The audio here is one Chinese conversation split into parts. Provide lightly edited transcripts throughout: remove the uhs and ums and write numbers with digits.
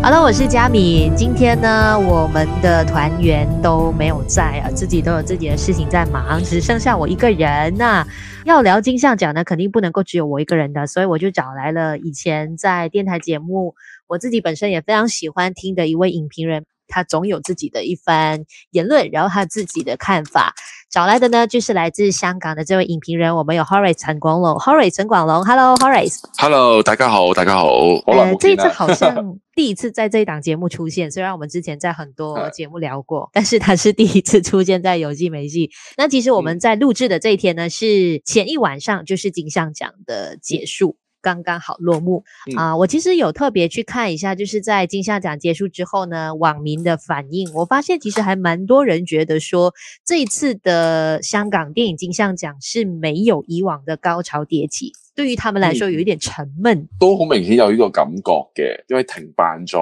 Hello， 我是佳敏。今天呢，我们的团员都没有在啊，自己都有自己的事情在忙，只剩下我一个人呐。要聊金像奖呢，肯定不能够只有我一个人的，所以我就找来了以前在电台节目，我自己本身也非常喜欢听的一位影评人，他总有自己的一番言论，然后他自己的看法。找来的呢，就是来自香港的这位影评人，我们有 Horace 陈广龙 ，Horace 陈广龙 ，Hello Horace。Hello， 大家好，大家好，好耐冇見啦。 这一次好像第一次在这一档节目出现，虽然我们之前在很多节目聊过，但是他是第一次出现在有戏没戏。那其实我们在录制的这一天呢，是前一晚上，就是金像奖的结束。刚刚好落幕我其实有特别去看一下，就是在金像奖结束之后呢，网民的反应，我发现其实还蛮多人觉得说，这一次的香港电影金像奖是没有以往的高潮迭起，對於他們來說有一點沉悶， 都好明顯有呢個感覺嘅，因為停辦咗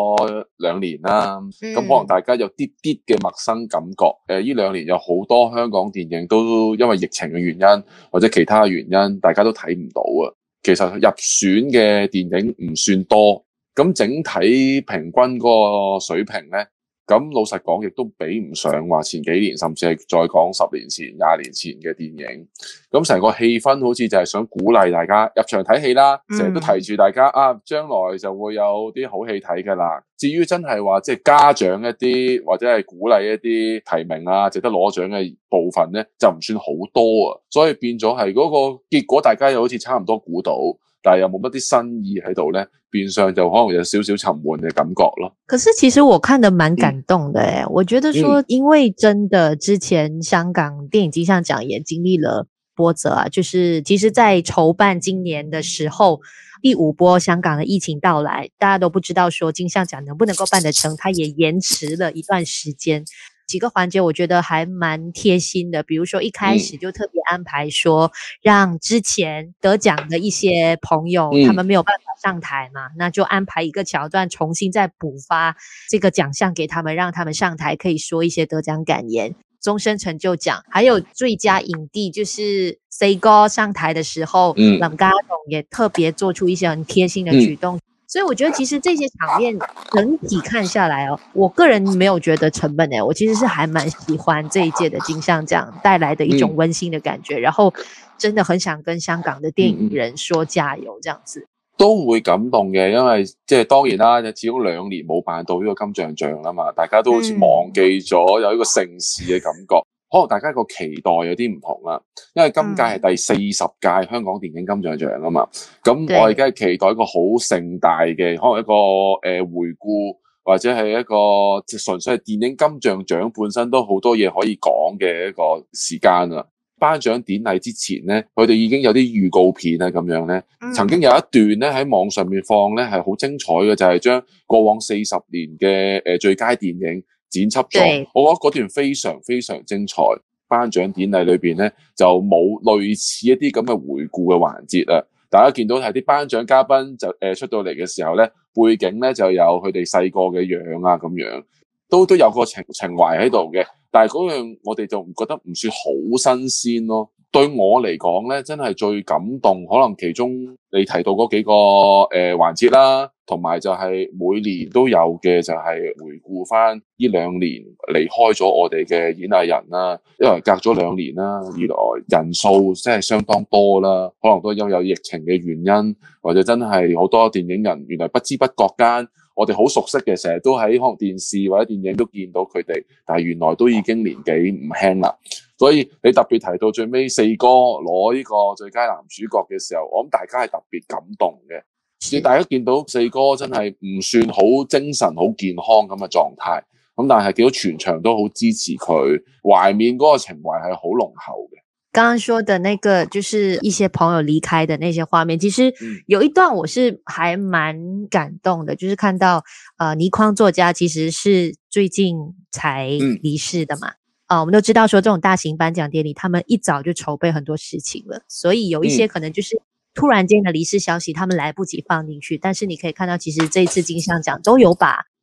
2年啦，咁可能大家有啲嘅陌生感覺。呢2年有好多香港電影都因為疫情嘅原因或者其他原因，大家都睇唔到啊。其實入選嘅電影唔算多，咁整體平均嗰個水平咧，咁老實講亦都比唔上話前幾年，甚至係再講10年前、20年前嘅電影。咁成個氣氛好似就係想鼓勵大家入場睇戲啦，成日都提住大家將來就會有啲好戲睇㗎啦。至於真係話即係嘉獎一啲或者係鼓勵一啲提名值得攞獎嘅部分咧，就唔算好多啊。所以變咗係嗰個結果，大家又好似差唔多估到，但係又冇乜啲新意喺度咧，變相就可能有少少沉悶的感覺咯。 可是其實我看得蠻感動的我覺得說因為真的之前香港電影金像獎也經歷了波折就是其實在籌辦今年的時候，第5波香港的疫情到來，大家都不知道說金像獎能不能夠辦得成，它也延遲了一段時間。幾個環節我覺得還蠻貼心的，比如說一開始就特別安排說讓之前得獎的一些朋友他們沒有辦法上台嘛，那就安排一個橋段重新再補發這個獎項給他們，讓他們上台可以說一些得獎感言，終身成就獎，還有最佳影帝就是四哥上台的時候林家棟也特別做出一些很貼心的舉動所以我覺得其實這些場面整體看下來我個人沒有覺得沉悶我其實是還蠻喜歡這一屆的金像獎帶來的一種溫馨的感覺然後真的很想跟香港的電影人說加油這樣子都會感動嘅，因為即係當然啦，始終2年冇辦到呢個金像獎啦嘛，大家都好似忘記咗有呢個盛事嘅感覺可能大家個期待有啲唔同啦，因為今屆係第40屆香港電影金像獎啊嘛，咁我而家係期待一個好盛大嘅，可能一個回顧或者係一個純粹係電影金像獎本身都好多嘢可以講嘅一個時間啦。頒獎典禮之前咧，佢哋已經有啲預告片咁樣咧，曾經有一段咧喺網上面放咧係好精彩嘅，就係將過往40年嘅最佳電影剪輯咗，我覺得嗰段非常非常精彩。頒獎典禮裏邊咧就冇類似一啲咁嘅回顧嘅環節啊！大家見到係啲頒獎嘉賓就出到嚟嘅時候咧，背景咧就有佢哋細個嘅樣咁樣，都有個情懷喺度嘅。但係嗰樣我哋就覺得唔算好新鮮咯。對我嚟講咧，真係最感動，可能其中你提到嗰幾個環節啦，同埋就係每年都有嘅，就係回顧翻呢2年離開咗我哋嘅演藝人啦。因為隔咗2年啦，二來人數真係相當多啦，可能都因為有疫情嘅原因，或者真係好多電影人原來不知不覺間。我哋好熟悉嘅，成日都喺可能電視或者電影都見到佢哋，但係原來都已經年紀唔輕啦。所以你特別提到最尾四哥攞呢個最佳男主角嘅時候，我諗大家係特別感動嘅。大家見到四哥真係唔算好精神、好健康咁嘅狀態，咁但係見到全場都好支持佢，懷緬嗰個情懷係好濃厚嘅。 剛剛說的那個就是一些朋友離開的那些畫面，其實有一段我是還蠻感動的，就是看到倪匡作家其實是最近才離世的嘛，我們都知道說這種大型頒獎典禮他們一早就籌備很多事情了，所以有一些可能就是突然間的離世消息他們來不及放進去，但是你可以看到其實這一次金像獎都有把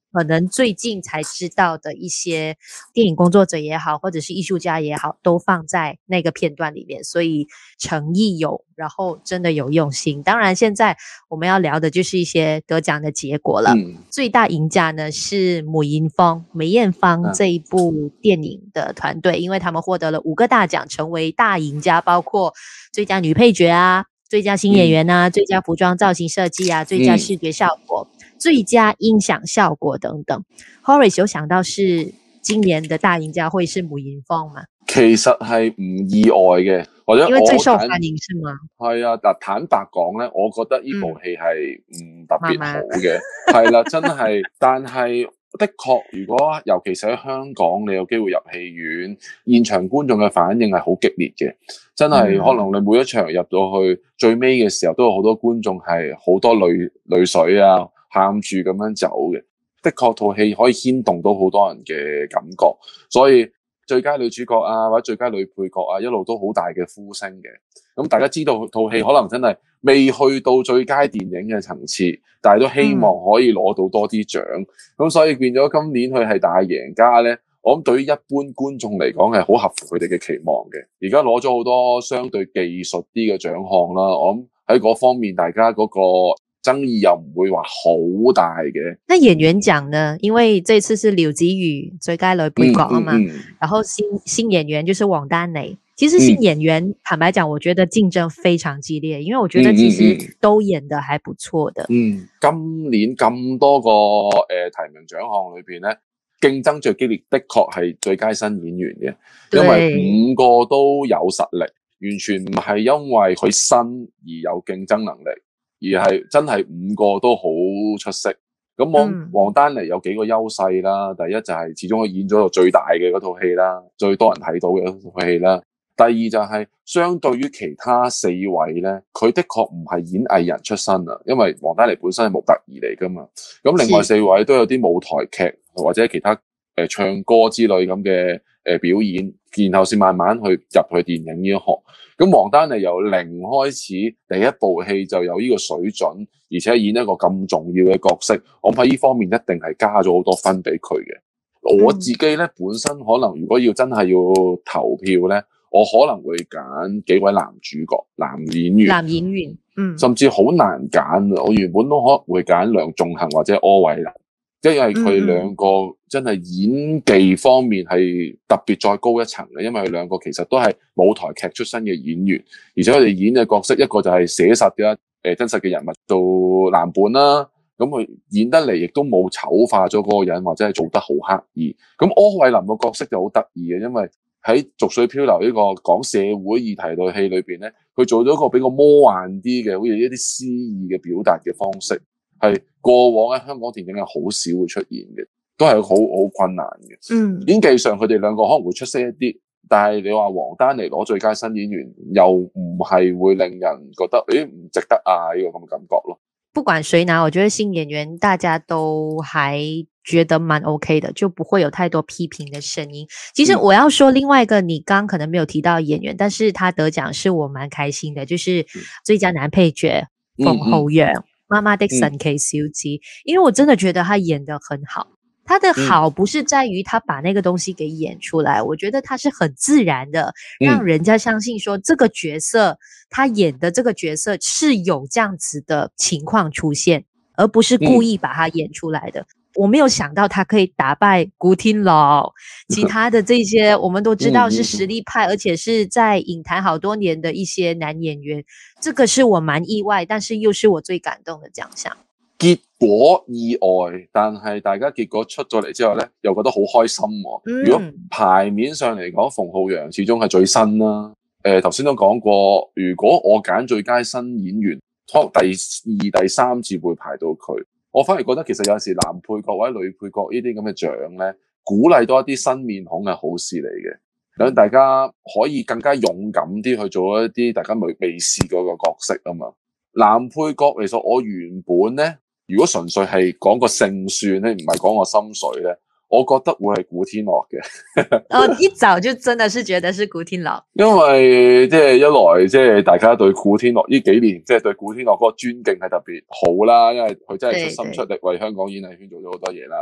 可能最近才知道的一些电影工作者也好，或者是艺术家也好，都放在那个片段里面，所以诚意有，然后真的有用心。当然现在我们要聊的就是一些得奖的结果了。最大赢家呢是梅艳芳这一部电影的团队，因为他们获得了5个大奖，成为大赢家，包括最佳女配角啊，最佳新演员啊，最佳服装造型设计啊，最佳视觉效果，最佳音响效果等等。Horace 有想到是今年的大赢家会是梅艳芳嗎？ 其實係唔意外嘅，或者因為最受歡迎是嗎？ 係啊，嗱坦白講咧，我覺得呢部戲係唔特別好嘅，係啦，真係，但係的確，如果尤其是喺香港，你有機會入戲院，現場觀眾嘅反應係好激烈嘅，真係可能你每一場入到去最尾嘅時候，都有好多觀眾係好多淚水啊，喊住咁樣走嘅。的確套戲可以牽動到好多人嘅感覺，所以最佳女主角啊或者最佳女配角啊一路都好大嘅呼聲嘅。咁大家知道套戲可能真係未去到最佳電影嘅層次，但係都希望可以攞到多啲獎。咁所以變咗今年佢係大贏家咧，我諗對於一般觀眾嚟講係好合乎佢哋嘅期望嘅。而家攞咗好多相對技術啲嘅獎項啦，我諗喺嗰方面大家嗰個爭議又唔會話好大嘅。 那演員獎呢？因為這次是劉子宇最佳女配角啊嘛，然後新演員就是王丹妮。其實新演員坦白講，我覺得競爭非常激烈，因為我覺得其實都演得還不錯的。 今年咁多個提名獎項裏邊咧，競爭最激烈的確係最佳新演員嘅，因為5個都有實力，完全唔係因為佢新而有競爭能力，而係真係5個都好出色。咁王丹妮有幾個優勢啦，第一就係始終佢演咗個最大嘅嗰套戲啦，最多人睇到嘅嗰套戲啦。第二就係相對於其他4位咧，佢的確唔係演藝人出身啊，因為王丹妮本身係模特兒嚟噶嘛。咁另外4位都有啲舞台劇或者其他唱歌之類咁嘅表演，然後先慢慢去入去電影呢一行。咁王丹妮由0開始，第一部戲就有呢個水準，而且演一個咁重要嘅角色，我喺呢方面一定係加咗好多分俾佢嘅。我自己咧本身可能如果要真係要投票咧，我可能會揀幾位男主角、男演員，甚至好難揀。我原本都可能會揀梁仲恒或者柯偉林，因為佢兩個真係演技方面係特別再高一層嘅，因為佢兩個其實都係舞台劇出身嘅演員，而且佢哋演嘅角色一個就係寫實嘅真實嘅人物做藍本啦，咁佢演得嚟亦都冇醜化咗嗰個人，或者係做得好刻意。咁柯偉林個角色就好得意嘅，因為喺《濁水漂流》呢個講社會議題類戲裏邊咧，佢做咗一個比較魔幻啲嘅，好似一啲詩意嘅表達嘅方式，係過往喺香港電影係好少會出現嘅，都係好困難嘅。演技上佢哋兩個可能會出色一啲，但係你話王丹妮攞最佳新演員，又唔係會令人覺得唔值得啊呢個咁嘅感覺咯。 不管誰拿，我覺得新演員大家都還覺得蠻 OK 的，就不會有太多批評的聲音。其實我要說另外一個你剛可能沒有提到演員，但是他得獎是我蠻開心的，就是最佳男配角馮浩陽媽媽的神奇小子，因為我真的覺得他演得很好。他的好不是在於他把那個東西給演出來，我覺得他是很自然的，讓人家相信說這個角色他演的這個角色是有這樣子的情況出現，而不是故意把他演出來的。我沒有想到他可以打敗古天樂，其他的這些我們都知道是實力派，而且是在影壇好多年的一些男演員，這個是我蠻意外，但是又是我最感動的獎項。 結果意外，但係大家結果出咗嚟之後咧，又覺得好開心喎。如果牌面上嚟講，馮浩陽始終係最新啦。頭先都講過，如果我揀最佳新演員，可能第2、第3次會排到佢。我反而覺得其實有陣時男配角或者女配角呢啲咁嘅獎咧，鼓勵多一啲新面孔係好事嚟嘅，等大家可以更加勇敢啲去做一啲大家未試過嘅角色啊嘛。男配角其實我原本咧，如果純粹係講個勝算咧，唔係講個心水咧，我覺得會係古天樂嘅。 一早就真的是覺得是古天樂， 因為即係一來即係大家對古天樂呢幾年即係對古天樂嗰個尊敬係特別好啦，因為佢真係出心出力為香港演藝圈做咗好多嘢啦。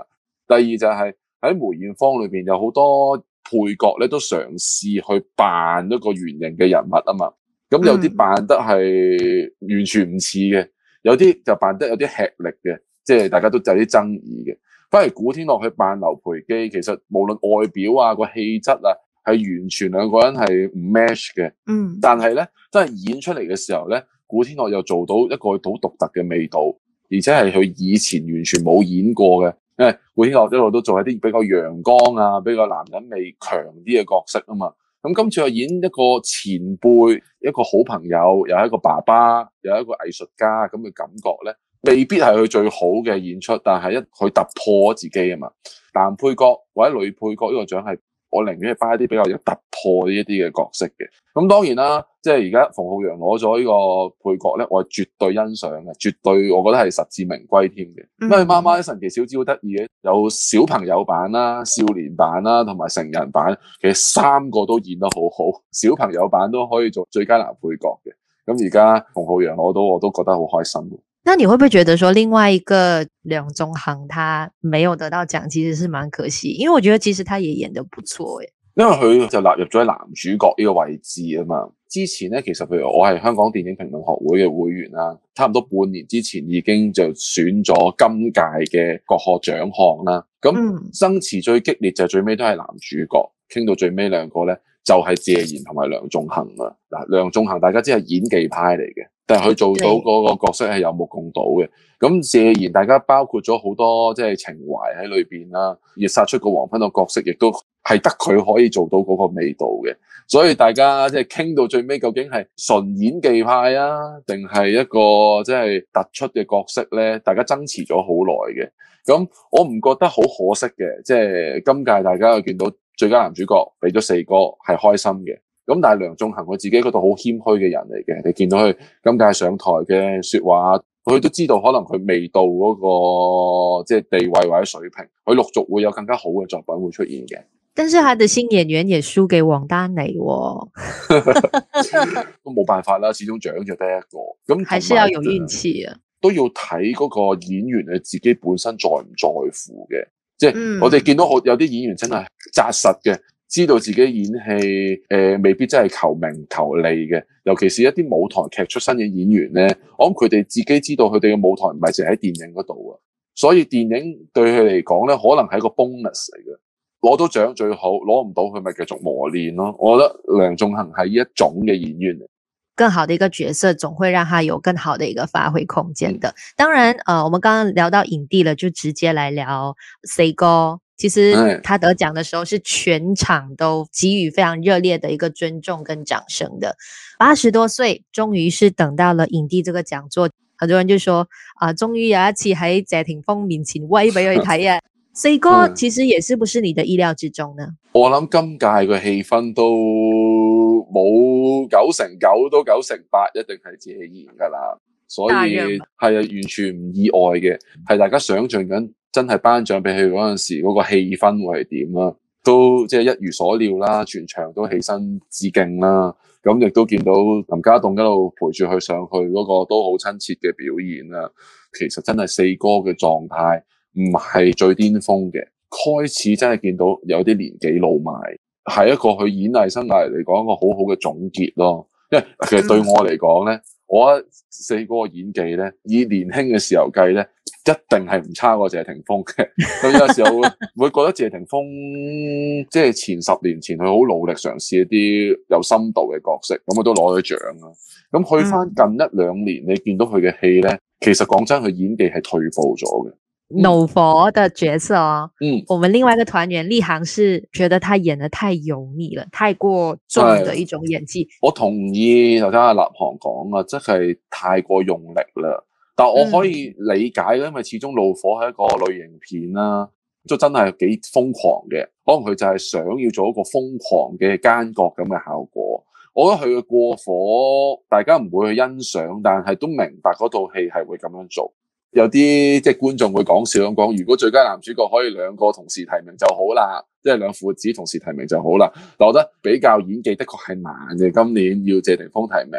第二就係喺梅艷芳裏邊有好多配角咧都嘗試去扮一個原型嘅人物啊嘛。咁有啲扮得係完全唔似嘅，有啲就扮得有啲吃力嘅，即係大家都有啲爭議嘅。反而古天樂去扮劉培基，其實無論外表啊個氣質啊，係完全兩個人係唔 match 嘅。但係咧真係演出嚟嘅時候咧，古天樂又做到一個好獨特嘅味道，而且係佢以前完全冇演過嘅。因為古天樂一路都做一啲比較陽光啊、比較男人味強啲嘅角色啊嘛。咁今次又演一個前輩、一個好朋友，又係一個爸爸，又係一個藝術家咁嘅感覺咧，未必係佢最好嘅演出，但係佢突破咗自己啊嘛。男配角或者女配角呢個獎係我寧願係頒一啲比較有突破呢一啲嘅角色嘅。咁當然啦，即係而家馮浩陽攞咗呢個配角咧，我係絕對欣賞嘅，絕對我覺得係實至名歸添嘅。因為媽媽神奇小子好得意嘅，有小朋友版啦、少年版啦同埋成人版，其實三個都演得好好，小朋友版都可以做最佳男配角嘅。咁而家馮浩陽攞到，我都覺得好開心。 那你會不會覺得說另外一個梁仲恒他沒有得到獎，其實是蠻可惜？因為我覺得其實他也演得不錯誒。因為佢就納入咗喺男主角呢個位置啊嘛。之前咧，其實譬如我係香港電影評論學會嘅會員啦，差唔多半年之前已經就選咗今屆嘅各項獎項啦。咁爭持最激烈就最尾都係男主角，傾到最尾兩個咧就係謝賢同埋梁仲恒啊。嗱，梁仲恒大家知係演技派嚟嘅，但係佢做到嗰個角色係有目共睹嘅。咁謝賢大家包括咗好多即係情懷喺裏邊啦，而殺出個黃昏嘅角色亦都係得佢可以做到嗰個味道嘅。所以大家即係傾到最尾，究竟係純演技派啊，定係一個即係突出嘅角色咧？大家爭持咗好耐嘅。咁我唔覺得好可惜嘅，即係今屆大家又見到最佳男主角俾咗4個係開心嘅。咁但係梁仲恒佢自己嗰度好謙虛嘅人嚟嘅，你見到佢今屆上台嘅說話，佢都知道可能佢未到嗰個即係地位或者水平，佢陸續會有更加好嘅作品會出現嘅。 但是他的新演員也輸給王丹妮喎， 都冇辦法啦，始終獎就得一個，咁還是要有運氣啊， 都要睇嗰個演員佢自己本身在唔在乎嘅，即係我哋見到有啲演員真係紮實嘅。知道自己演戲未必真係求名求利嘅，尤其是一啲舞台劇出身嘅演員咧，我諗佢哋自己知道佢哋嘅舞台唔係淨係喺電影嗰度啊，所以電影對佢嚟講咧，可能係一個 bonus 嚟嘅。攞到獎最好，攞唔到佢咪繼續磨練咯。我覺得梁仲恒係一種嘅演員， 更好的一個角色總會讓他有更好的一個發揮空間的。當然我們剛剛聊到影帝了，就直接來聊四哥。其實他得獎的時候是全場都給予非常熱烈的一個尊重跟掌聲的。80多歲終於是等到了影帝這個講座，很多人就說終於有一次喺謝霆鋒面前威俾佢睇啊。四哥其實也是不是你的意料之中呢？ 我諗今屆嘅氣氛都冇9成9都9成8一定係謝賢噶啦，所以係完全唔意外嘅，係大家想象緊真係頒獎俾佢嗰陣時嗰個氣氛會係點啦，都即係一如所料啦，全場都起身致敬啦，咁亦都見到林家棟一路陪住佢上去嗰個都好親切嘅表現啦。其實真係四哥嘅狀態唔係最巔峰嘅，開始真係見到有啲年紀老邁，係一個佢演藝生涯嚟講一個好好嘅總結咯。因為其實對我嚟講咧，我覺得四哥嘅演技咧，以年輕嘅時候計咧，一定係唔差過謝霆鋒嘅。咁有時候會覺得謝霆鋒即係前10年前佢好努力嘗試一啲有深度嘅角色，咁佢都攞咗獎啦。咁去翻近1-2年，你見到佢嘅戲咧，其實講真，佢演技係退步咗嘅。 怒火的角色哦，我們另外一個團員立行是覺得他演得太油膩了，太過重的一種演技。 我同意頭先阿立行講啊，真係太過用力啦。但我可以理解，因為始終怒火係一個類型片啦，都真係幾瘋狂嘅。可能佢就係想要做一個瘋狂嘅奸角咁嘅效果。我覺得佢嘅過火，大家唔會去欣賞，但係都明白嗰套戲係會咁樣做。有啲即係觀眾會講笑咁講，如果最佳男主角可以2個同時提名就好啦，即係兩父子同時提名就好啦。但我覺得比較演技的確係難嘅，今年要謝霆鋒提名，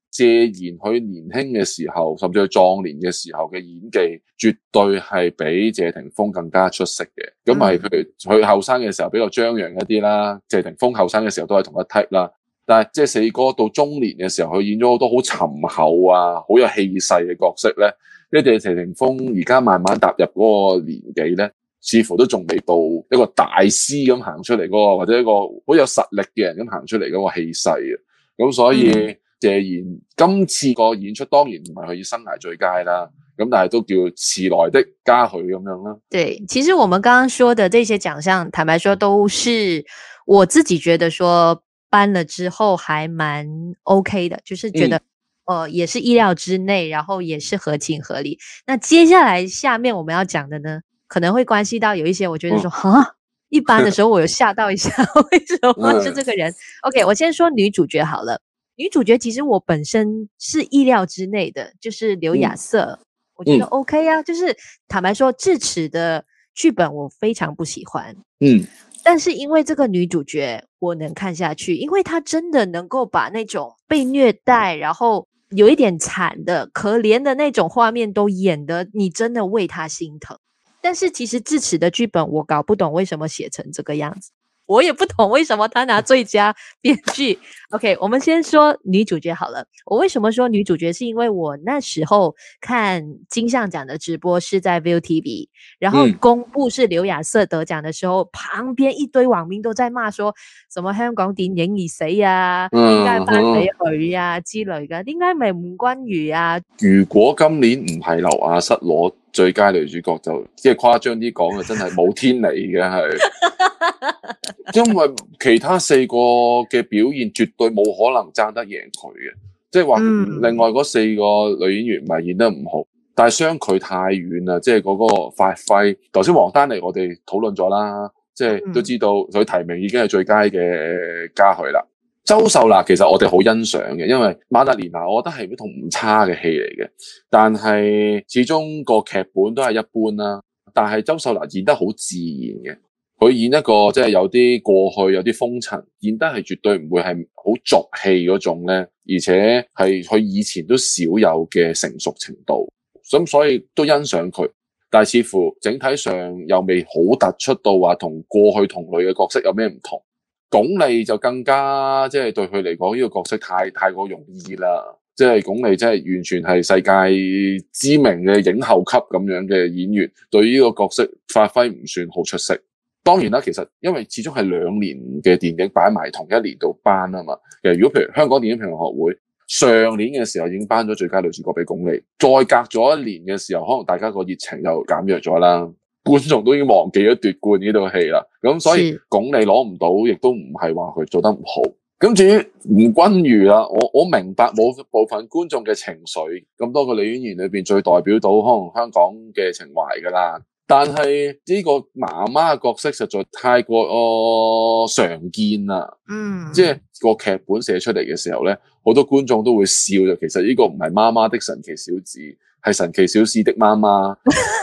謝賢佢年輕嘅時候，甚至係壯年嘅時候嘅演技，絕對係比謝霆鋒更加出色嘅。咁係佢後生嘅時候比較張揚一啲啦，謝霆鋒後生嘅時候都係同一 type 啦。但係即係四哥到中年嘅時候，佢演咗好多好沉厚啊、好有氣勢嘅角色咧。呢啲謝霆鋒而家慢慢踏入嗰個年紀咧，似乎都仲未到一個大師咁行出嚟嗰個，或者一個好有實力嘅人咁行出嚟嗰個氣勢啊。咁所以謝賢今次個演出當然唔係佢生涯最佳啦，咁但係都叫遲來的嘉許咁樣啦。 對，其實我們剛剛說的這些獎項，坦白說都是我自己覺得說頒了之後還蠻 OK 的，就是覺得也是意料之內，然後也是合情合理。那接下來下面我們要講的呢，可能會關係到有一些我覺得說一般的時候我有嚇到一下，為什麼是這個人？OK， 我先說女主角好了。女主角其實我本身是意料之內的，就是劉亞瑟，我覺得 OK 啊。就是坦白說，智齒的劇本我非常不喜歡，但是因為這個女主角我能看下去，因為她真的能夠把那種被虐待，然後有一點慘的、可憐的那種畫面都演得你真的為她心疼。但是其實智齒的劇本我搞不懂為什麼寫成這個樣子。我也不懂為什麼他拿最佳編劇。OK， 我們先說女主角好了。我為什麼說女主角？是因為我那時候看金像獎的直播是在 ViuTV， 然後公布是劉亞瑟得獎的時候，旁邊一堆網民都在罵說，什麼香港電影已死啊，點解頒俾佢啊之類嘅，點解唔係吳君如啊？ 如果今年唔係劉亞瑟攞最佳女主角，就即係誇張啲講嘅，真係冇天理嘅係。因為其他四個嘅表現絕對冇可能爭得贏佢嘅，即係話另外嗰四個女演員唔係演得唔好，但係相距太遠啦，即係嗰個發揮。頭先王丹妮我哋討論咗啦，即係都知道佢提名已經係最佳嘅嘉許啦。周秀娜其實我哋好欣賞嘅，因為馬達蓮娜我覺得係一套唔差嘅戲嚟嘅，但係始終個劇本都係一般啦。但係周秀娜演得好自然嘅。佢演一個即係有啲過去有啲風塵，演得係絕對唔會係好俗氣嗰種咧，而且係佢以前都少有嘅成熟程度，咁所以都欣賞佢。但係似乎整體上又未好突出到話同過去同類嘅角色有咩唔同。鞏俐就更加即係對佢嚟講呢個角色太過容易啦，即係鞏俐真係完全係世界知名嘅影后級咁樣嘅演員，對於呢個角色發揮唔算好出色。當然啦，其實因為始終係2年嘅電影擺埋同一年度頒啊嘛。其實如果譬如香港電影評論學會上年嘅時候已經頒咗最佳女主角俾鞏俐，再隔咗1年嘅時候，可能大家個熱情又減弱咗啦，觀眾都已經忘記咗奪冠呢套戲啦。咁所以鞏俐攞唔到，亦都唔係話佢做得唔好。咁至於吳君如啦，我明白冇部分觀眾嘅情緒，咁多個女演員裏邊最代表到可能香港嘅情懷噶啦。但係呢個媽媽嘅角色實在太過常見啦，即係個劇本寫出嚟嘅時候咧，好多觀眾都會笑就其實呢個唔係媽媽的神奇小子，係神奇小子的媽媽。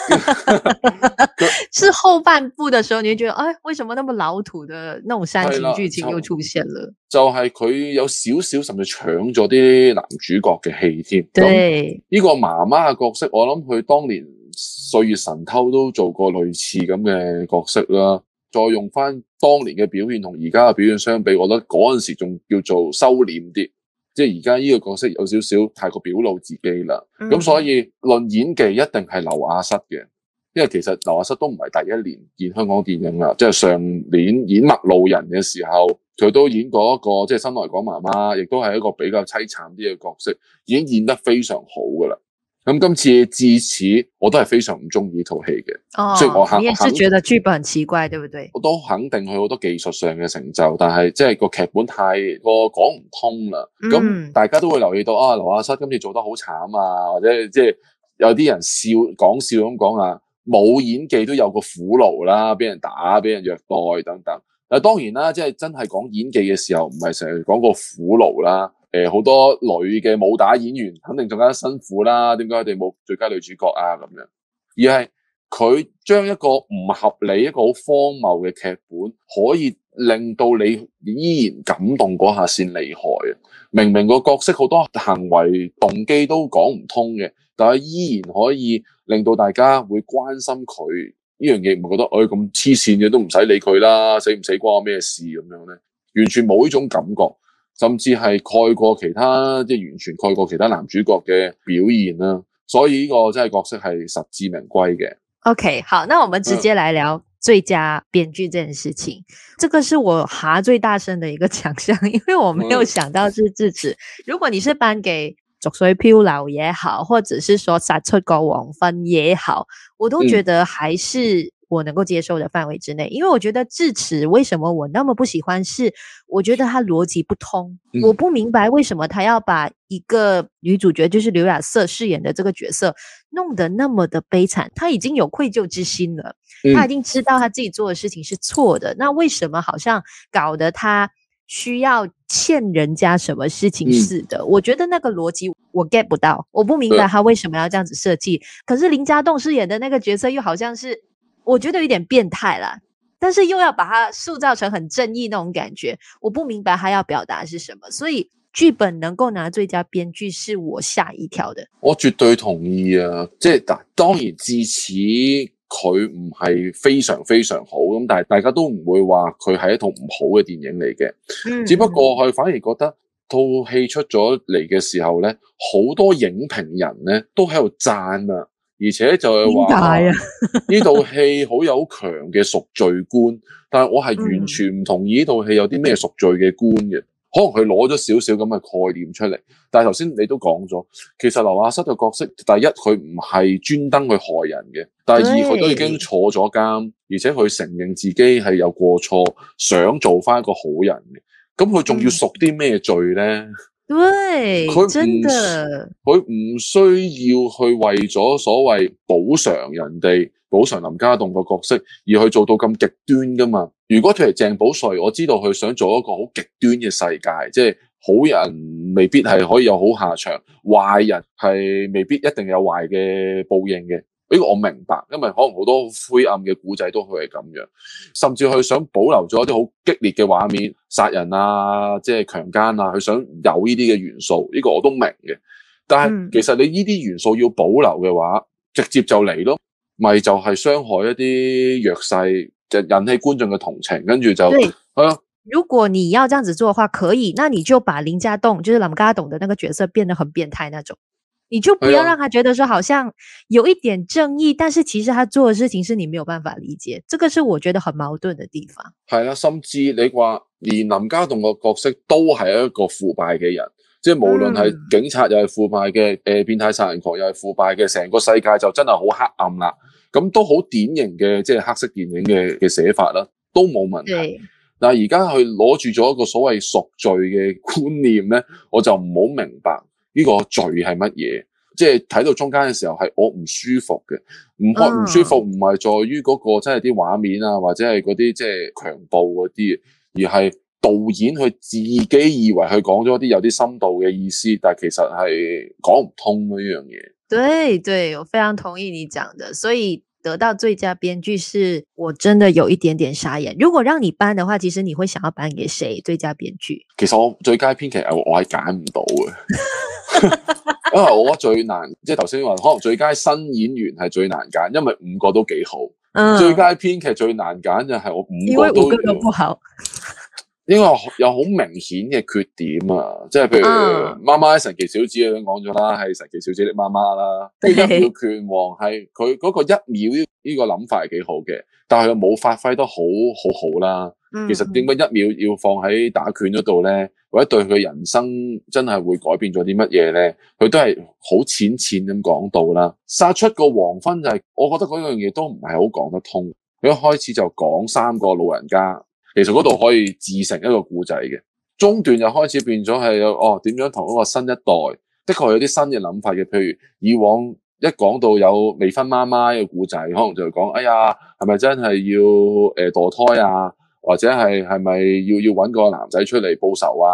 是後半部的時候，你會覺得，哎，為什麼那麼老土的那種煽情劇情又出現了？就係佢有少少甚至搶咗啲男主角嘅戲添。 對， 呢個媽媽嘅角色，我諗佢當年歲月神偷都做過類似咁嘅角色啦，再用翻當年嘅表現同而家嘅表現相比，我覺得嗰陣時仲叫做收斂啲，即係而家呢個角色有少少太過表露自己啦。咁所以論演技一定係劉亞瑟嘅，因為其實劉亞瑟都唔係第一年演香港電影啦，即係上年演麥路人嘅時候，佢都演過一個即係新來港媽媽，亦都係一個比較凄慘啲嘅角色，已經演得非常好噶啦。咁今次智齒我都係非常唔中意呢套戲嘅，所以我你也是覺得劇本很奇怪，對不對？ 我都肯定佢好多技術上嘅成就，但係即係個劇本太過講唔通啦。咁大家都會留意到劉亞瑟今次做得好慘啊，或者即係有啲人講笑咁講啊，冇演技都有個苦勞啦，俾人打、俾人虐待等等。但當然啦，即係真係講演技嘅時候，唔係成日講個苦勞啦。好多女嘅武打演員肯定仲加辛苦啦，點解佢哋冇最佳女主角啊咁樣？而係佢將一個唔合理、一個好荒謬嘅劇本，可以令到你依然感動嗰下先厲害啊！明明個角色好多行為動機都講唔通嘅，但係依然可以令到大家會關心佢呢樣嘢，唔會覺得咁黐線嘅都唔使理佢啦，死唔死關我咩事咁樣咧？完全冇呢種感覺，甚至係蓋過其他，即係完全蓋過其他男主角嘅表現啦。所以呢個真係角色係實至名歸嘅。 OK， 好，那我們直接來聊最佳編劇這件事情。這個是我哈最大聲的一個強項，因為我沒有想到是智齒。如果你是頒給濁水漂流也好，或者是說殺出個黃昏也好，我都覺得還是我能夠接受的範圍之內。因為我覺得智齒為什麼我那麼不喜歡，是我覺得它邏輯不通。我不明白為什麼他要把一個女主角，就是劉亞瑟飾演的這個角色弄得那麼的悲慘。他已經有愧疚之心了，他已經知道他自己做的事情是錯的，那為什麼好像搞得他需要欠人家什麼事情似的？我覺得那個邏輯我 get 不到，我不明白他為什麼要這樣子設計。可是林家棟飾演的那個角色又好像是我覺得有點變態啦，但是又要把它塑造成很正義那種感覺，我不明白他要表達是什麼。所以劇本能夠拿最佳編劇是我嚇一跳的。 我絕對同意啊！即係當然智齒佢唔係非常非常好咁，但係大家都唔會話佢係一套唔好嘅電影嚟嘅。只不過佢反而覺得套戲出咗嚟嘅時候咧，好多影評人咧都喺度讚啊，而且就係話呢套戲好有強嘅贖罪觀，但係我係完全唔同意呢套戲有啲咩贖罪嘅觀嘅。可能佢攞咗少少咁嘅概念出嚟，但係頭先你都講咗，其實劉亞瑟嘅角色，第一佢唔係專登去害人嘅，第二佢都已經坐咗監，而且佢承認自己係有過錯，想做翻一個好人嘅，咁佢仲要贖啲咩罪咧？ 對，真的， 佢唔需要去為咗所謂補償人哋、補償林家棟個角色而去做到咁極端噶嘛？如果譬如鄭保瑞，我知道佢想做一個好極端嘅世界，即係好人未必係可以有好下場，壞人係未必一定有壞嘅報應嘅。呢個我明白，因為可能好多灰暗嘅古仔都會係咁樣，甚至佢想保留咗一啲好激烈嘅畫面，殺人啊，即係強姦啊，佢想有呢啲嘅元素，呢個我都明嘅。但係其實你呢啲元素要保留嘅話，直接就嚟咯，咪就係傷害一啲弱勢，就引起觀眾嘅同情，跟住就係咯。 如果你要這樣子做的話，可以，那你就把林家棟，就是林家棟的那個角色變得很變態那種。你就不要讓他覺得說好像有一點正義，但是其實他做的事情是你沒有辦法理解，這個是我覺得很矛盾的地方。 係啦，甚至你話連林家棟個角色都係一個腐敗嘅人，即係無論係警察又係腐敗嘅，變態殺人狂又係腐敗嘅，成個世界就真係好黑暗啦。咁都好典型嘅即係黑色電影嘅寫法啦，都冇問題。但係而家佢攞住咗一個所謂贖罪嘅觀念咧，我就唔好明白。呢個罪係乜嘢？即係睇到中間嘅時候係我唔舒服嘅，唔舒服唔係在於嗰個真係啲畫面啊，或者係嗰啲即係強暴嗰啲，而係導演佢自己以為佢講咗啲有啲深度嘅意思，但係其實係講唔通呢樣嘢。 對對，我非常同意你講的，所以得到最佳編劇是我真的有一點點傻眼。如果讓你頒的話，其實你會想要頒給誰最佳編劇？其實我最佳編劇我係揀唔到嘅。因為我覺得最難，即係頭先話可能最佳新演員係最難揀，因為5個都幾好。最佳編劇最難揀就係我5個都，因為5個都不好，因為有好明顯嘅缺點啊，即係譬如媽媽神奇小子都講咗啦，係神奇小子的媽媽啦。一秒拳王係佢嗰個1秒呢個諗法係幾好嘅，但係又冇發揮得好好啦。其實點解1秒要放喺打拳嗰度咧？或者對佢人生真係會改變咗啲乜嘢咧？佢都係好淺咁講到啦。殺出個黃昏就係，我覺得嗰樣嘢都唔係好講得通。佢一開始就講3個老人家，其實嗰度可以自成一個故仔嘅。中段就開始變咗係點樣同嗰個新一代，的確有啲新嘅諗法嘅。譬如以往一講到有未婚媽媽嘅故仔，可能就會講，哎呀，係咪真係要墮胎啊？或者係咪要揾個男仔出嚟報仇啊？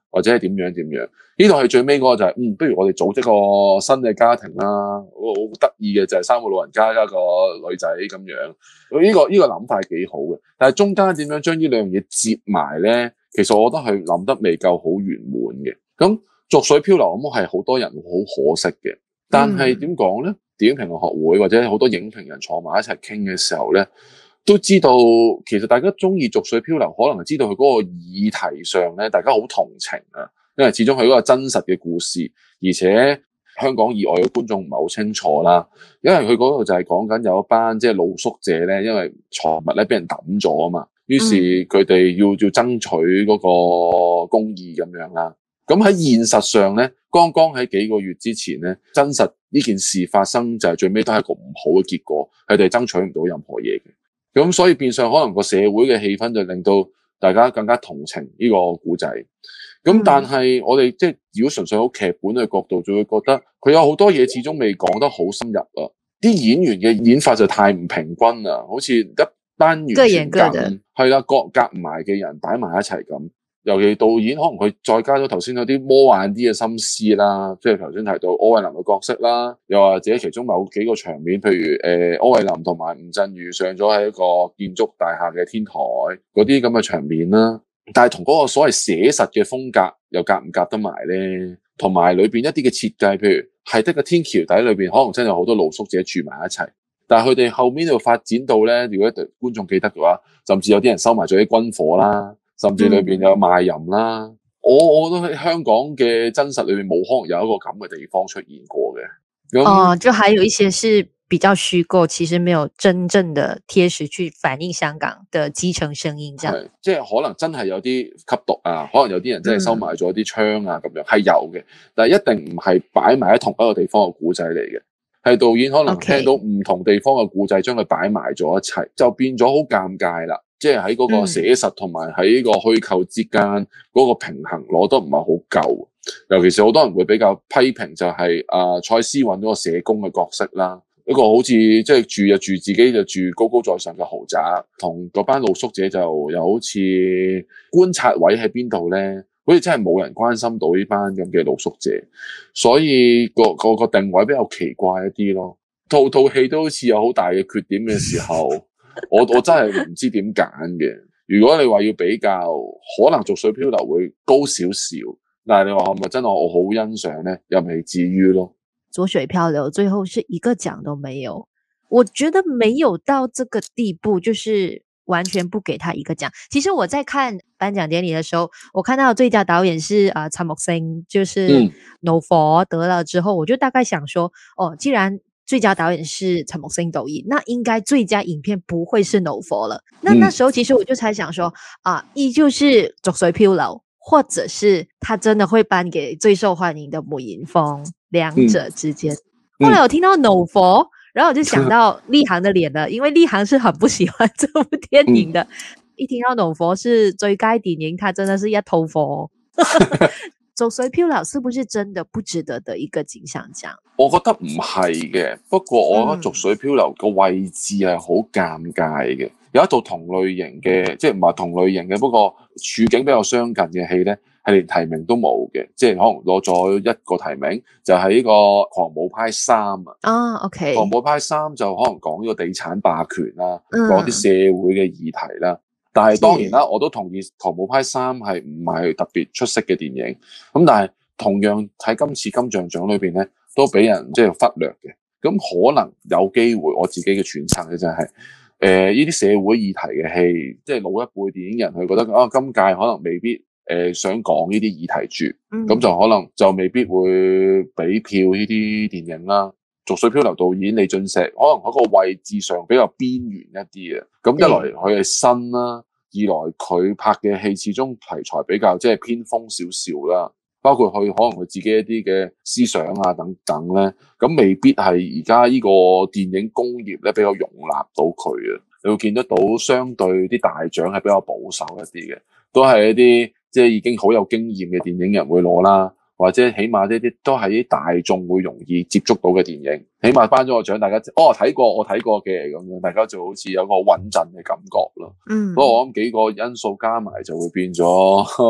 或者係點樣。呢度係最尾嗰個就係、不如我哋組織個新嘅家庭啦，好得意嘅就係三個老人家加個女仔咁樣。呢個諗法係幾好嘅，但係中間點樣將呢兩樣嘢接埋咧？其實我覺得係諗得未夠好圓滿嘅。咁濁水漂流咁係好多人好可惜嘅，但係點講咧？電影評論學會或者好多影評人坐埋一齊傾嘅時候咧，都知道其實大家中意濁水漂流，可能係知道佢嗰個議題上咧，大家好同情啊，因為始終佢嗰個真實嘅故事，而且香港以外嘅觀眾唔係好清楚啦。因為佢嗰度就係講緊有一班即係露宿者咧，因為財物咧俾人抌咗啊嘛，於是佢哋要爭取嗰個公義咁樣啦。咁喺現實上咧，剛剛喺幾個月之前咧，真實呢件事發生就係最尾都係一個唔好嘅結果，佢哋爭取唔到任何嘢嘅。咁所以變相可能個社會嘅氣氛就令到大家更加同情呢個故仔。咁但係我哋即係如果純粹好劇本嘅角度，就會覺得佢有好多嘢始終未講得好深入啊！啲演員嘅演法就太唔平均啦，好似一班完全咁係啦，各夾埋嘅人擺埋一齊咁。尤其導演可能佢再加咗頭先有啲魔幻啲嘅心思啦，即係頭先提到柯煒林嘅角色啦，又或者其中某幾個場面，譬如柯煒林同埋吳鎮宇上咗喺一個建築大廈嘅天台嗰啲咁嘅場面啦，但係同嗰個所謂寫實嘅風格又夾唔夾得埋咧？同埋裏邊一啲嘅設計，譬如係得個天橋底裏邊，可能真係有好多露宿者住埋一齊，但係佢哋後面度發展到咧，如果觀眾記得嘅話，甚至有啲人收埋咗啲軍火啦。甚至裏邊有賣淫啦，我覺得喺香港嘅真實裏面冇可能有一個咁嘅地方出現過嘅。 就還有一些是比較虛構，其實沒有真正的貼實去反映香港的基層聲音，這樣。 即係可能真係有啲吸毒啊，可能有啲人真係收埋咗啲槍啊咁樣，係有嘅，但係一定唔係擺埋喺同一個地方嘅故仔嚟嘅。係導演可能聽到唔同地方嘅故仔，將佢擺埋咗一齊，就變咗好尷尬啦。即係喺嗰個寫實同埋喺個虛構之間嗰個平衡攞得唔係好夠，尤其是好多人會比較批評就係蔡思韻嗰個社工嘅角色啦，一個好似即係住自己就住高高在上嘅豪宅，同嗰班露宿者就又好似觀察位喺邊度咧，好似真係冇人關心到呢班咁嘅露宿者，所以個定位比較奇怪一啲咯。套戲都好似有好大嘅缺點嘅時候。我真係唔知點揀嘅。如果你話要比較，可能濁水漂流會高少少，但係你話係咪真係我好欣賞呢？又未至於咯。 濁水漂流最後是一個獎都沒有，我覺得沒有到這個地步，就是完全不給他一個獎。其實我在看頒獎典禮的時候，我看到最佳導演是陳木勝，就是《怒火》得了之後，我就大概想說，既然最佳導演是陳木勝導演，那應該最佳影片不會是《怒火》了。那時候其實我就猜想說，依舊是濁水漂流，或者是他真的會頒給最受歡迎的梅艷芳，兩者之間。後來我聽到《怒火》，然後我就想到立行的臉了，因為立行是很不喜歡這部電影的。一聽到《怒火》是最佳電影，他真的是一頭火。濁水漂流是不是真的不值得的一個金像獎？ 我覺得唔係嘅，不過我覺得濁水漂流個位置係好尷尬嘅。有一套同類型嘅，即係唔係同類型嘅，不過處境比較相近嘅戲咧，係連提名都冇嘅，即係可能攞咗一個提名，就係呢個《狂舞派3》啊。 OK，《 狂舞派3》就可能講呢個地產霸權啦，講啲社會嘅議題啦。但係當然啦，我都同意《狂舞派3》係唔係特別出色嘅電影。咁但係同樣喺今次金像獎裏邊咧，都俾人即係忽略嘅。咁可能有機會，我自己嘅揣測咧就係呢啲社會議題嘅戲，即係老一輩電影人佢覺得今屆可能未必想講呢啲議題住，咁就可能就未必會俾票呢啲電影啦。濁水漂流導演李俊石可能喺個位置上比較邊緣一啲嘅，咁一來佢係新啦，二來佢拍嘅戲始終題材比較即係偏鋒少少啦，包括佢可能佢自己一啲嘅思想啊等等咧，咁未必係而家呢個電影工業咧比較容納到佢啊。你會見得到相對啲大獎係比較保守一啲嘅，都係一啲即係已經好有經驗嘅電影人會攞啦。或者起碼呢啲都係啲大眾會容易接觸到嘅電影，起碼頒咗個獎，大家睇過我睇過嘅咁樣，大家就好似有個穩陣嘅感覺咯。不過我諗幾個因素加埋就會變咗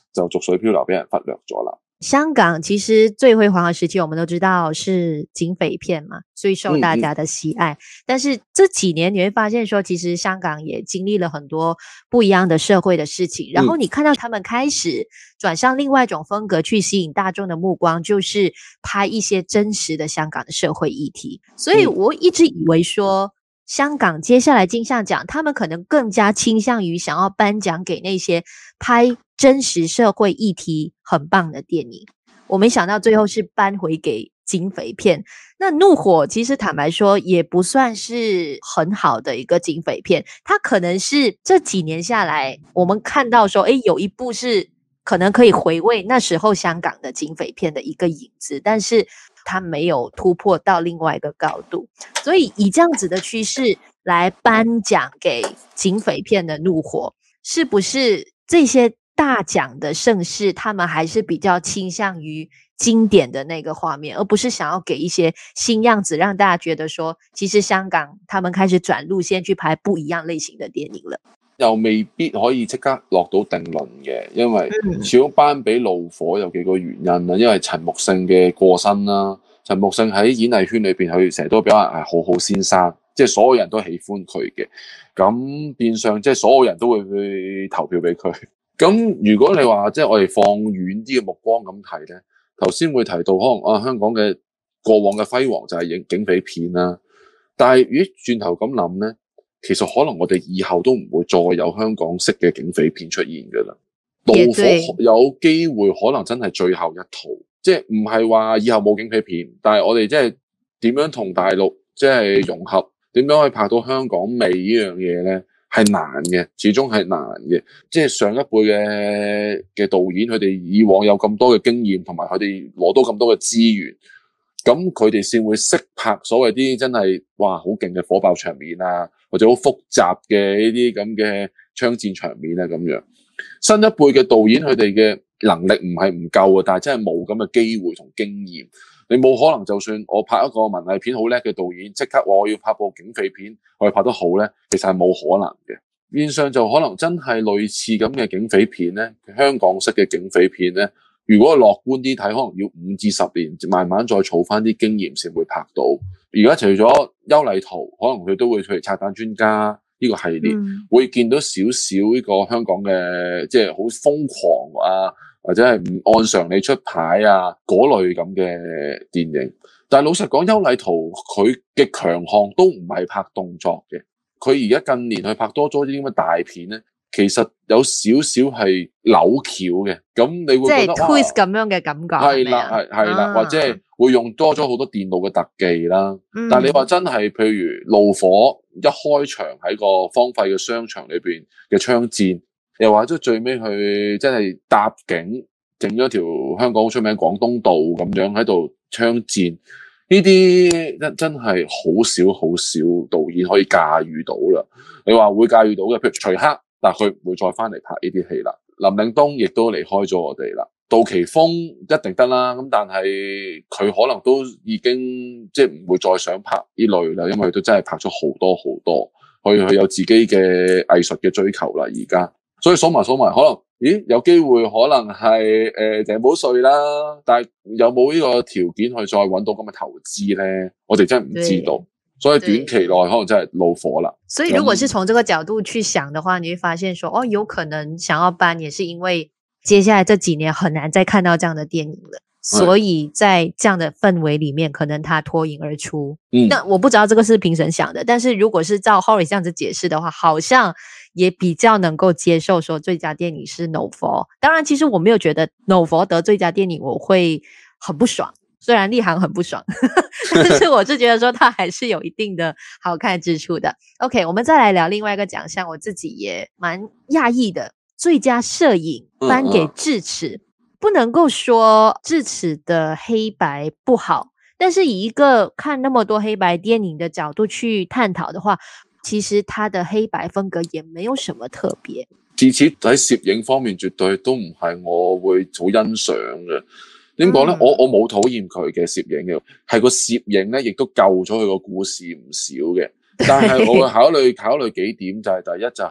就逐水漂流俾人忽略咗啦。 香港其实最辉煌的时期我们都知道是警匪片嘛，最受大家的喜爱，但是这几年你会发现说其实香港也经历了很多不一样的社会的事情，然后你看到他们开始转向另外一种风格去吸引大众的目光，就是拍一些真实的香港的社会议题。所以我一直以为说香港接下来金像奖他们可能更加倾向于想要颁奖给那些拍真实社会议题很棒的电影，我没想到最后是搬回给警匪片。那怒火其实坦白说也不算是很好的一个警匪片，它可能是这几年下来我们看到说有一部是可能可以回味那时候香港的警匪片的一个影子，但是它没有突破到另外一个高度，所以以这样子的趋势来颁奖给警匪片的怒火，是不是这些大奖的盛世他们还是比较倾向于经典的那个画面，而不是想要给一些新样子，让大家觉得说其实香港他们开始转路线去拍不一样类型的电影了？ 又未必可以即刻落到定論嘅，因為始終頒俾怒火有幾個原因啦。因為陳木勝嘅過身啦，陳木勝喺演藝圈裏邊，佢成日都俾人係好好先生，即係所有人都喜歡佢嘅。咁變相即係所有人都會去投票俾佢。咁如果你話即係我哋放遠啲嘅目光咁睇咧，頭先會提到可能香港嘅過往嘅輝煌就係警匪片啦，但係如果轉頭咁諗咧，其實可能我哋以後都唔會再有香港式嘅警匪片出現㗎啦。怒火有機會可能真係最後一套，即係唔係話以後冇警匪片，但係我哋即係點樣同大陸即係融合，點樣可以拍到香港味呢樣嘢咧？係難嘅，始終係難嘅。即係上一輩嘅導演，佢哋以往有咁多嘅經驗，同埋佢哋攞到咁多嘅資源，咁佢哋先會識拍所謂啲真係哇好勁嘅火爆場面啊，或者好複雜嘅呢啲咁嘅槍戰場面啊咁樣。新一輩嘅導演佢哋嘅能力唔係唔夠啊，但係真係冇咁嘅機會同經驗。你冇可能就算我拍一個文藝片好叻嘅導演，即刻話我要拍部警匪片，我要拍得好咧，其實係冇可能嘅。變相就可能真係類似咁嘅警匪片咧，香港式嘅警匪片咧，如果樂觀啲睇，可能要5至10年，慢慢再儲翻啲經驗先會拍到。而家除咗邱禮濤，可能佢都會去拆彈專家呢個系列，會見到少少呢個香港嘅即係好瘋狂啊，或者係唔按常理出牌啊嗰類咁嘅電影。但係老實講，邱禮濤佢嘅強項都唔係拍動作嘅，佢而家近年去拍多咗啲咁嘅大片咧，其實有少少係扭橋嘅，咁你會覺得即係 twist 咁樣嘅感覺， 係啦，係啦，或者係會用多咗好多電腦嘅特技啦。但係你話真係，譬如怒火一開場喺個荒廢嘅商場裏邊嘅槍戰，又或者最尾佢真係搭景整咗條香港好出名廣東道咁樣喺度槍戰，呢啲真係好少導演可以駕馭到啦。你話會駕馭到嘅，譬如徐克。但佢唔會再翻嚟拍呢啲戲啦。林嶺東亦都離開咗我哋啦。杜琪峰一定得啦，咁但係佢可能都已經即係唔會再想拍呢類啦，因為佢都真係拍咗好多，佢有自己嘅藝術嘅追求啦而家。所以數埋，可能有機會可能係鄭保瑞啦，但係有冇呢個條件去再揾到咁嘅投資咧？我哋真係唔知道。所以短期內可能真係怒火啦。 所以如果是從這個角度去想的話，你會發現說有可能想要頒也是因為接下來這幾年很難再看到這樣的電影了，所以在這樣的氛圍裡面可能它脫穎而出。那我不知道這個是評審想的，但是如果是照 Horace 這樣子解釋的話，好像也比較能夠接受說最佳電影是怒火。當然其實我沒有覺得怒火得最佳電影我會很不爽，雖然立行很不爽但是我是覺得說它還是有一定的好看之處的。 OK， 我們再來聊另外一個獎項，我自己也蠻訝異的，最佳攝影頒給智齒。不能夠說智齒的黑白不好，但是以一個看那麼多黑白電影的角度去探討的話，其實它的黑白風格也沒有什麼特別。 智齒喺攝影方面絕對都唔係我會好欣賞嘅。點講咧？我冇討厭佢嘅攝影嘅，係個攝影咧，亦都救咗佢個故事唔少嘅。但係我會考慮幾點，就係第一就係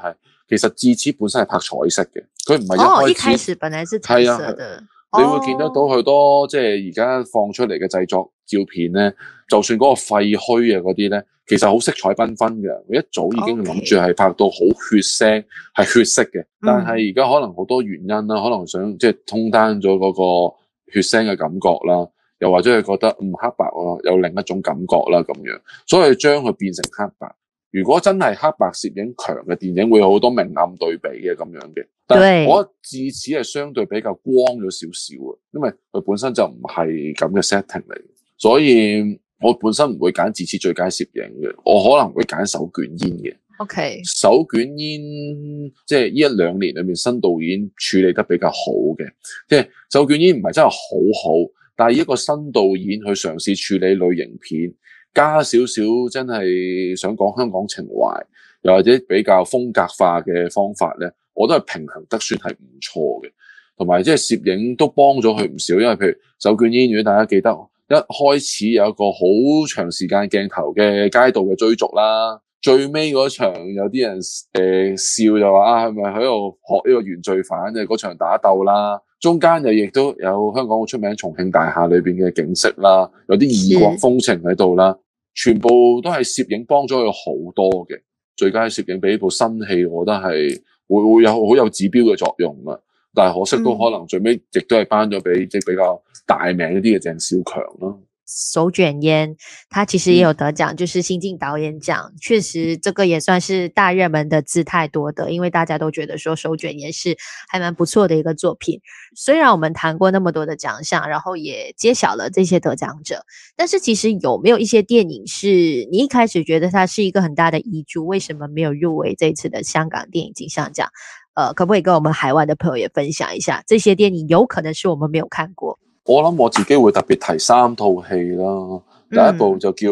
其實智齒本身係拍彩色嘅，佢唔係一開始本來是彩色的。 你會見得到佢多即係而家放出嚟嘅製作照片咧，就算嗰個廢墟啊嗰啲咧，其實好色彩繽紛嘅。佢一早已經諗住係拍到好血腥，係血色嘅。但係而家可能好多原因啦，可能想即係通單咗嗰個血腥嘅感覺啦，又或者係覺得黑白有另一種感覺啦咁樣，所以將佢變成黑白。如果真係黑白攝影強嘅電影，會有好多明暗對比嘅咁樣嘅。但係我覺得智齒係相對比較光咗少少啊，因為佢本身就唔係咁嘅 setting 嚟，所以我本身唔會揀智齒最佳攝影嘅，我可能會揀手捲煙嘅。 OK， 手捲煙即係呢一兩年裏面新導演處理得比較好嘅，即係手捲煙唔係真係好好，但係一個新導演去嘗試處理類型片。加少少真係想講香港情懷，又或者比較風格化嘅方法咧，我都係平衡得算係唔錯嘅。同埋即係攝影都幫咗佢唔少，因為譬如手捲煙，如果大家記得一開始有一個好長時間鏡頭嘅街道嘅追逐啦，最尾嗰場有啲人笑就話係咪喺度學呢個原罪犯嘅嗰場打鬥啦。中間又亦都有香港好出名重慶大廈裏邊嘅景色啦，有啲異國風情喺度啦，全部都係攝影幫咗佢好多嘅。最佳攝影俾呢部新戲，我覺得係會有好有指標嘅作用啊！但係可惜都可能最尾亦都係頒咗俾即係比較大名一啲嘅鄭少強咯。 手捲煙，他其實也有得獎，就是新晉導演獎。確實，這個也算是大熱門的姿態多的，因為大家都覺得說手捲煙是還蠻不錯的一個作品。雖然我們談過那麼多的獎項，然後也揭曉了這些得獎者，但是其實有沒有一些電影是你一開始覺得它是一個很大的遺珠，為什麼沒有入圍這次的香港電影金像獎？可不可以跟我們海外的朋友也分享一下，這些電影有可能是我們沒有看過？ 我諗我自己會特別提3套戲啦。第一部就叫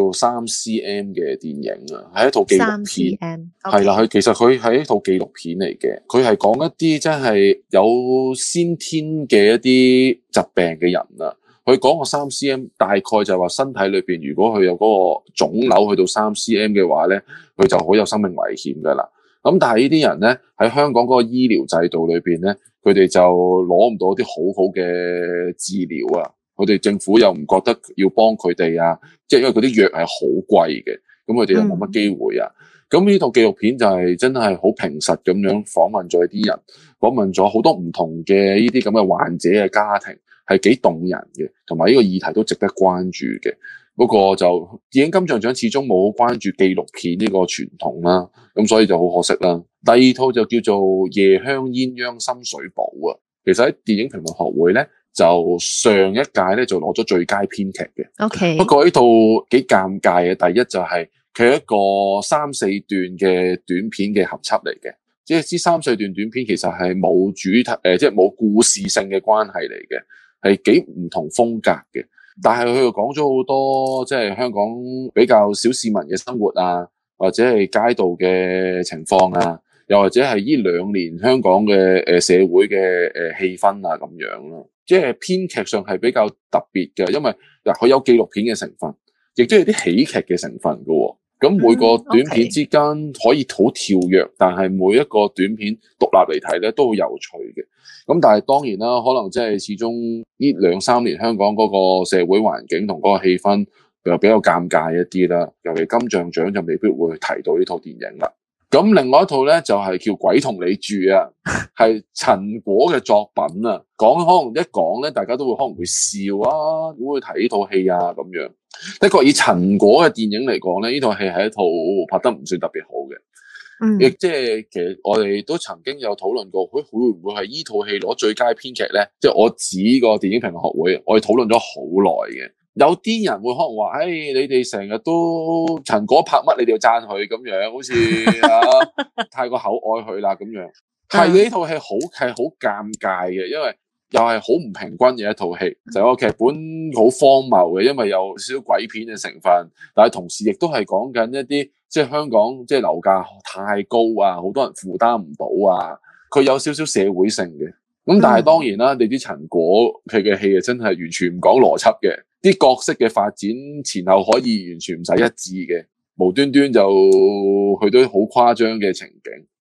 3cm 嘅電影啊，係一套紀錄片，係啦，其實佢係一套紀錄片嚟嘅，佢係講一啲真係有先天嘅一啲疾病嘅人啊。佢講個 3cm 大概就係話身體裏邊如果佢有嗰個腫瘤去到 3cm 嘅話咧，佢就好有生命危險噶啦。咁但係呢啲人咧喺香港嗰個醫療制度裏邊咧，佢哋就攞唔到啲好好嘅治療啊，佢哋政府又唔覺得要幫佢哋啊，即係因為嗰啲藥係好貴嘅，咁佢哋又冇乜機會啊。咁呢套紀錄片就係真係好平實咁樣訪問咗啲人，訪問咗好多唔同嘅呢啲咁嘅患者嘅家庭，係幾動人嘅，同埋呢個議題都值得關注嘅。不過就電影金像獎始終冇關注紀錄片呢個傳統啦，咁所以就好可惜啦。第二套就叫做《夜香鴛鴦深水埗》啊，其實喺電影評論學會咧，就上一屆咧就攞咗最佳編劇嘅。 OK， 不過呢套幾尷尬嘅，第一就係佢係一個3-4段嘅短片嘅合輯嚟嘅，即係呢3-4段短片其實係冇主題即係冇故事性嘅關係嚟嘅，係幾唔同風格嘅。但係佢又講咗好多即係香港比較小市民嘅生活啊，或者係街道嘅情況啊，又或者係呢2年香港嘅社會嘅氣氛啊咁樣咯。即係編劇上係比較特別嘅，因為嗱佢有紀錄片嘅成分，亦都有啲喜劇嘅成分㗎喎。咁每個短片之間可以好跳躍，但係每一個短片獨立嚟睇咧都好有趣嘅。咁但係當然啦，可能即係始終呢2-3年香港嗰個社會環境同嗰個氣氛又比較尷尬一啲啦。尤其金像獎就未必會提到呢套電影啦。咁另外一套咧就係叫《鬼同你住》啊，係陳果嘅作品啊。講可能一講咧，大家都會可能會笑啊，會唔會睇呢套戲啊咁樣。的確以陳果嘅電影嚟講咧，呢套戲係一套拍得唔算特別好嘅。亦即係其實我哋都曾經有討論過，會唔會係呢套戲攞最佳編劇咧？即係我指個電影評論學會，我哋討論咗好耐嘅。有啲人會可能話，你哋成日都陳果拍乜，你哋要讚佢咁樣，好似太過厚愛佢啦咁樣。係呢套戲係好尷尬嘅，因為又係好唔平均嘅一套戲，就個劇本好荒謬嘅，因為有少少鬼片嘅成分，但係同時亦都係講緊一啲即係香港即係樓價太高啊，好多人負擔唔到啊，佢有少少社會性嘅。咁但係當然啦，你啲陳果佢嘅戲啊真係完全唔講邏輯嘅，啲角色嘅發展前後可以完全唔使一致嘅，無端端就去到好誇張嘅情景。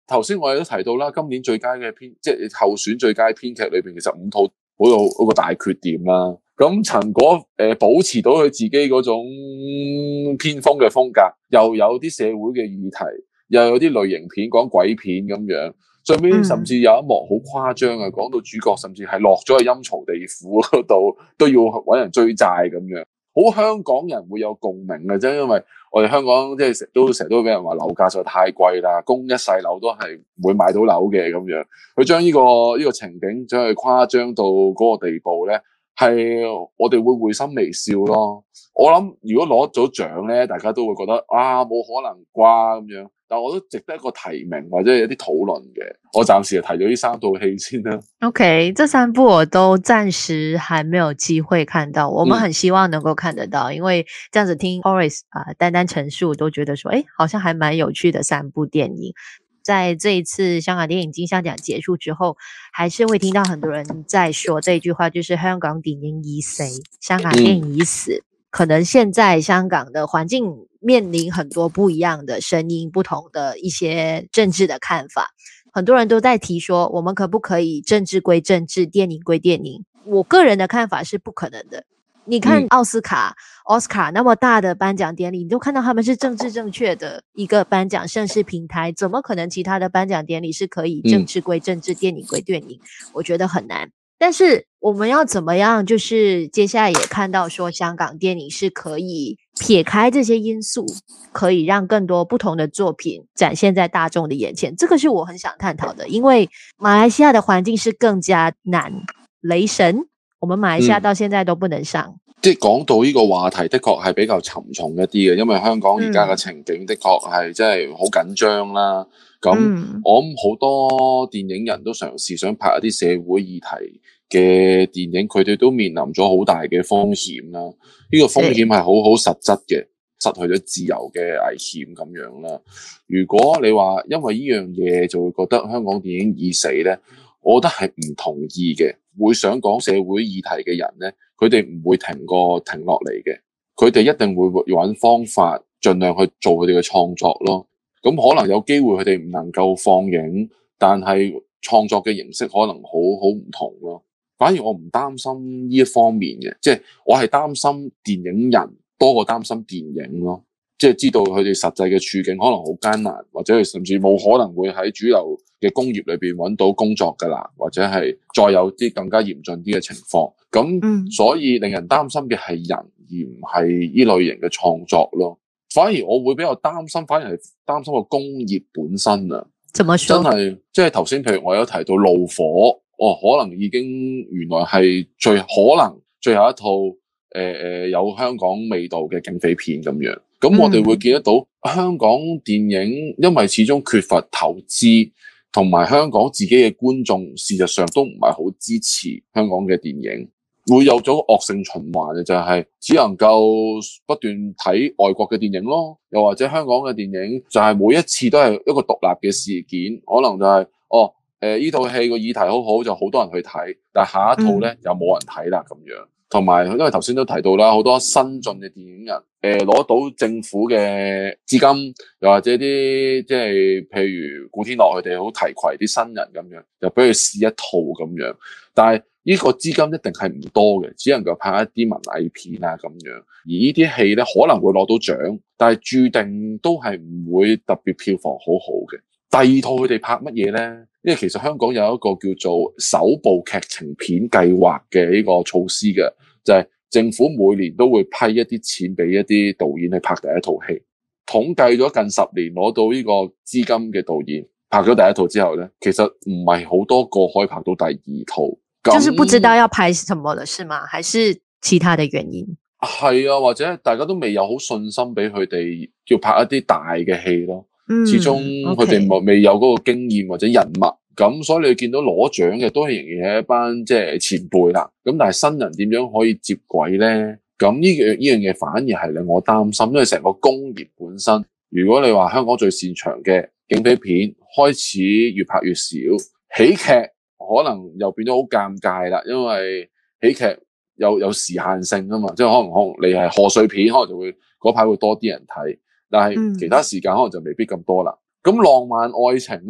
頭先我哋都提到啦，今年最佳嘅即係候選最佳編劇裏邊，其實5套好有嗰個大缺點啦。咁陳果保持到佢自己嗰種偏鋒嘅風格，又有啲社會嘅議題，又有啲類型片講鬼片咁樣。最尾甚至有一幕好誇張啊，講到主角甚至係落咗去陰曹地府嗰度，都要揾人追債咁樣。好香港人會有共鳴嘅啫，因為我哋香港即係成日都俾人話樓價實在太貴啦，供一世樓都係唔會買到樓嘅咁樣。佢將呢個情景將佢誇張到嗰個地步咧，係我哋會會心微笑咯。我諗如果攞咗獎咧，大家都會覺得啊冇可能啩咁樣。但我都值得一個提名或者有啲討論嘅。我暫時係提咗呢3套戲先啦。 OK， 這3部我都暫時還沒有機會看到，我們很希望能夠看得到，因為這樣子聽 Horace 單單陳述都覺得說，好像還蠻有趣的3部電影。在這一次香港電影金像獎結束之後，還是會聽到很多人在說這句話，就是香港電影已死，香港電影已死。可能現在香港的環境面臨很多不一樣的聲音，不同的一些政治的看法，很多人都在提說，我們可不可以政治歸政治，電影歸電影？我個人的看法是不可能的。你看奧斯卡那麼大的頒獎典禮，你都看到他們是政治正確的一個頒獎盛事平台，怎麼可能其他的頒獎典禮是可以政治歸政治，電影歸電影？我覺得很難。但是我們要怎麼樣，就是接下來也看到說香港電影是可以撇開這些因素，可以讓更多不同的作品展現在大眾的眼前，這個是我很想探討的。因為馬來西亞的環境是更加難，雷神我們馬來西亞到現在都不能上。 即係講到呢個話題的確係比較沉重一啲嘅，因為香港而家嘅情景的確係真係好緊張啦。咁我諗好多電影人都嘗試想拍一啲社會議題嘅電影，佢哋都面臨咗好大嘅風險啦。呢個風險係好實質嘅，失去咗自由嘅危險咁樣啦。如果你話因為呢樣嘢就會覺得香港電影已死咧，我覺得係唔同意嘅。會想講社會議題嘅人咧，佢哋唔會停落嚟嘅，佢哋一定會揾方法，盡量去做佢哋嘅創作咯。咁可能有機會佢哋唔能夠放映，但係創作嘅形式可能好唔同咯。反而我唔擔心呢一方面嘅，即係我係擔心電影人多過擔心電影咯。即係知道佢哋實際嘅處境可能好艱難，或者係甚至冇可能會喺主流嘅工業裏邊揾到工作噶啦，或者係再有啲更加嚴峻啲嘅情況。咁所以令人擔心嘅係人，而唔係呢類型嘅創作咯。反而我會比較擔心，反而係擔心個工業本身啊。 怎麼說？ 真係即係頭先，譬如我有提到怒火，可能已經原來係最後一套有香港味道嘅警匪片咁樣。咁我哋會見得到香港電影，因為始終缺乏投資，同埋香港自己嘅觀眾事實上都唔係好支持香港嘅電影，會有咗惡性循環嘅，就係只能夠不斷睇外國嘅電影咯，又或者香港嘅電影就係每一次都係一個獨立嘅事件，可能就係呢套戲個議題好好，就好多人去睇，但係下一套咧又冇人睇啦咁樣。同埋因為頭先都提到啦，好多新進嘅電影人攞到政府嘅資金，又或者啲即係譬如古天樂佢哋好提攜啲新人咁樣，又俾佢試一套咁樣。但係呢個資金一定係唔多嘅，只能夠拍一啲文藝片啊咁樣。而呢啲戲咧可能會攞到獎，但係注定都係唔會特別票房好好嘅。第二套佢哋拍乜嘢咧？因為其實香港有一個叫做首部劇情片計劃嘅呢個措施嘅，就係政府每年都會批一啲錢俾一啲導演去拍第一套戲。統計咗近10年攞到呢個資金嘅導演拍咗第一套之後咧，其實唔係好多個可以拍到第二套。 就是不知道要拍什麼了，是嗎？還是其他的原因？ 係啊，或者大家都未有好信心俾佢哋要拍一啲大嘅戲咯。始終佢哋未有嗰個經驗或者人脈，咁所以你見到攞獎嘅都係仍然係一班即係前輩啦。咁但係新人點樣可以接軌咧？咁呢樣嘢反而係令我擔心，因為成個工業本身，如果你話香港最擅長嘅警匪片開始越拍越少，喜劇可能又變咗好尷尬啦，因為喜劇有時限性啊嘛，即係可能你係賀歲片，可能就會嗰排會多啲人睇。但係其他時間可能就未必咁多啦。咁浪漫愛情咧，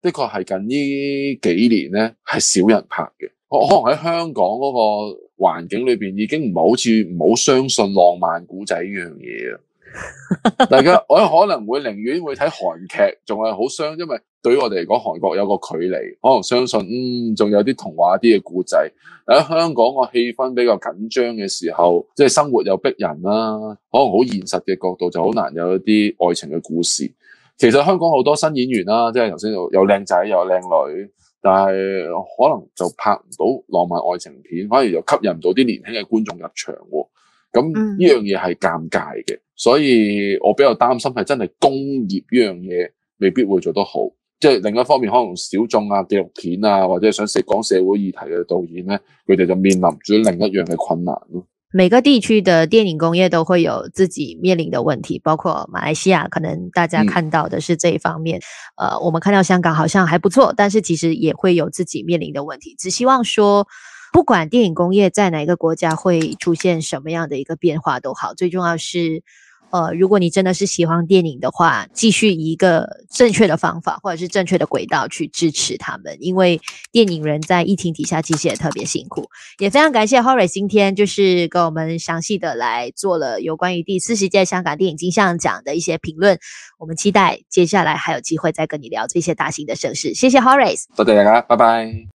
的確係近呢幾年咧係少人拍嘅。可能喺香港嗰個環境裏邊已經唔好相信浪漫古仔呢樣嘢啊！大家我可能會寧願會睇韓劇，仲係好相，因為對於我哋嚟講，韓國有個距離，可能相信仲有啲童話啲嘅故仔。喺香港個氣氛比較緊張嘅時候，即係生活又逼人啦，可能好現實嘅角度就好難有一啲愛情嘅故事。其實香港好多新演員啦，即係頭先有靚仔有靚女，但係可能就拍唔到浪漫愛情片，反而又吸引唔到啲年輕嘅觀眾入場喎。咁呢樣嘢係尷尬嘅，所以我比較擔心係真係工業呢樣嘢未必會做得好。即係另一方面，可能小眾啊、紀錄片啊，或者想講社會議題嘅導演咧，佢哋就面臨住另一樣嘅困難咯。 每個地區的電影工業都會有自己面臨的問題，包括馬來西亞，可能大家看到的是這一方面。我們看到香港好像還不錯，但是其實也會有自己面臨的問題。只希望說，不管電影工業在哪一個國家會出現什麼樣的一個變化都好，最重要是如果你真的是喜歡電影的話，繼續以一個正確的方法或者是正確的軌道去支持他們，因為電影人在疫情底下其實也特別辛苦。也非常感謝 Horace 今天就是跟我們詳細的來做了有關於第40屆香港電影金像獎的一些評論，我們期待接下來還有機會再跟你聊這些大型的盛事。謝謝 Horace， 多謝大家，拜拜。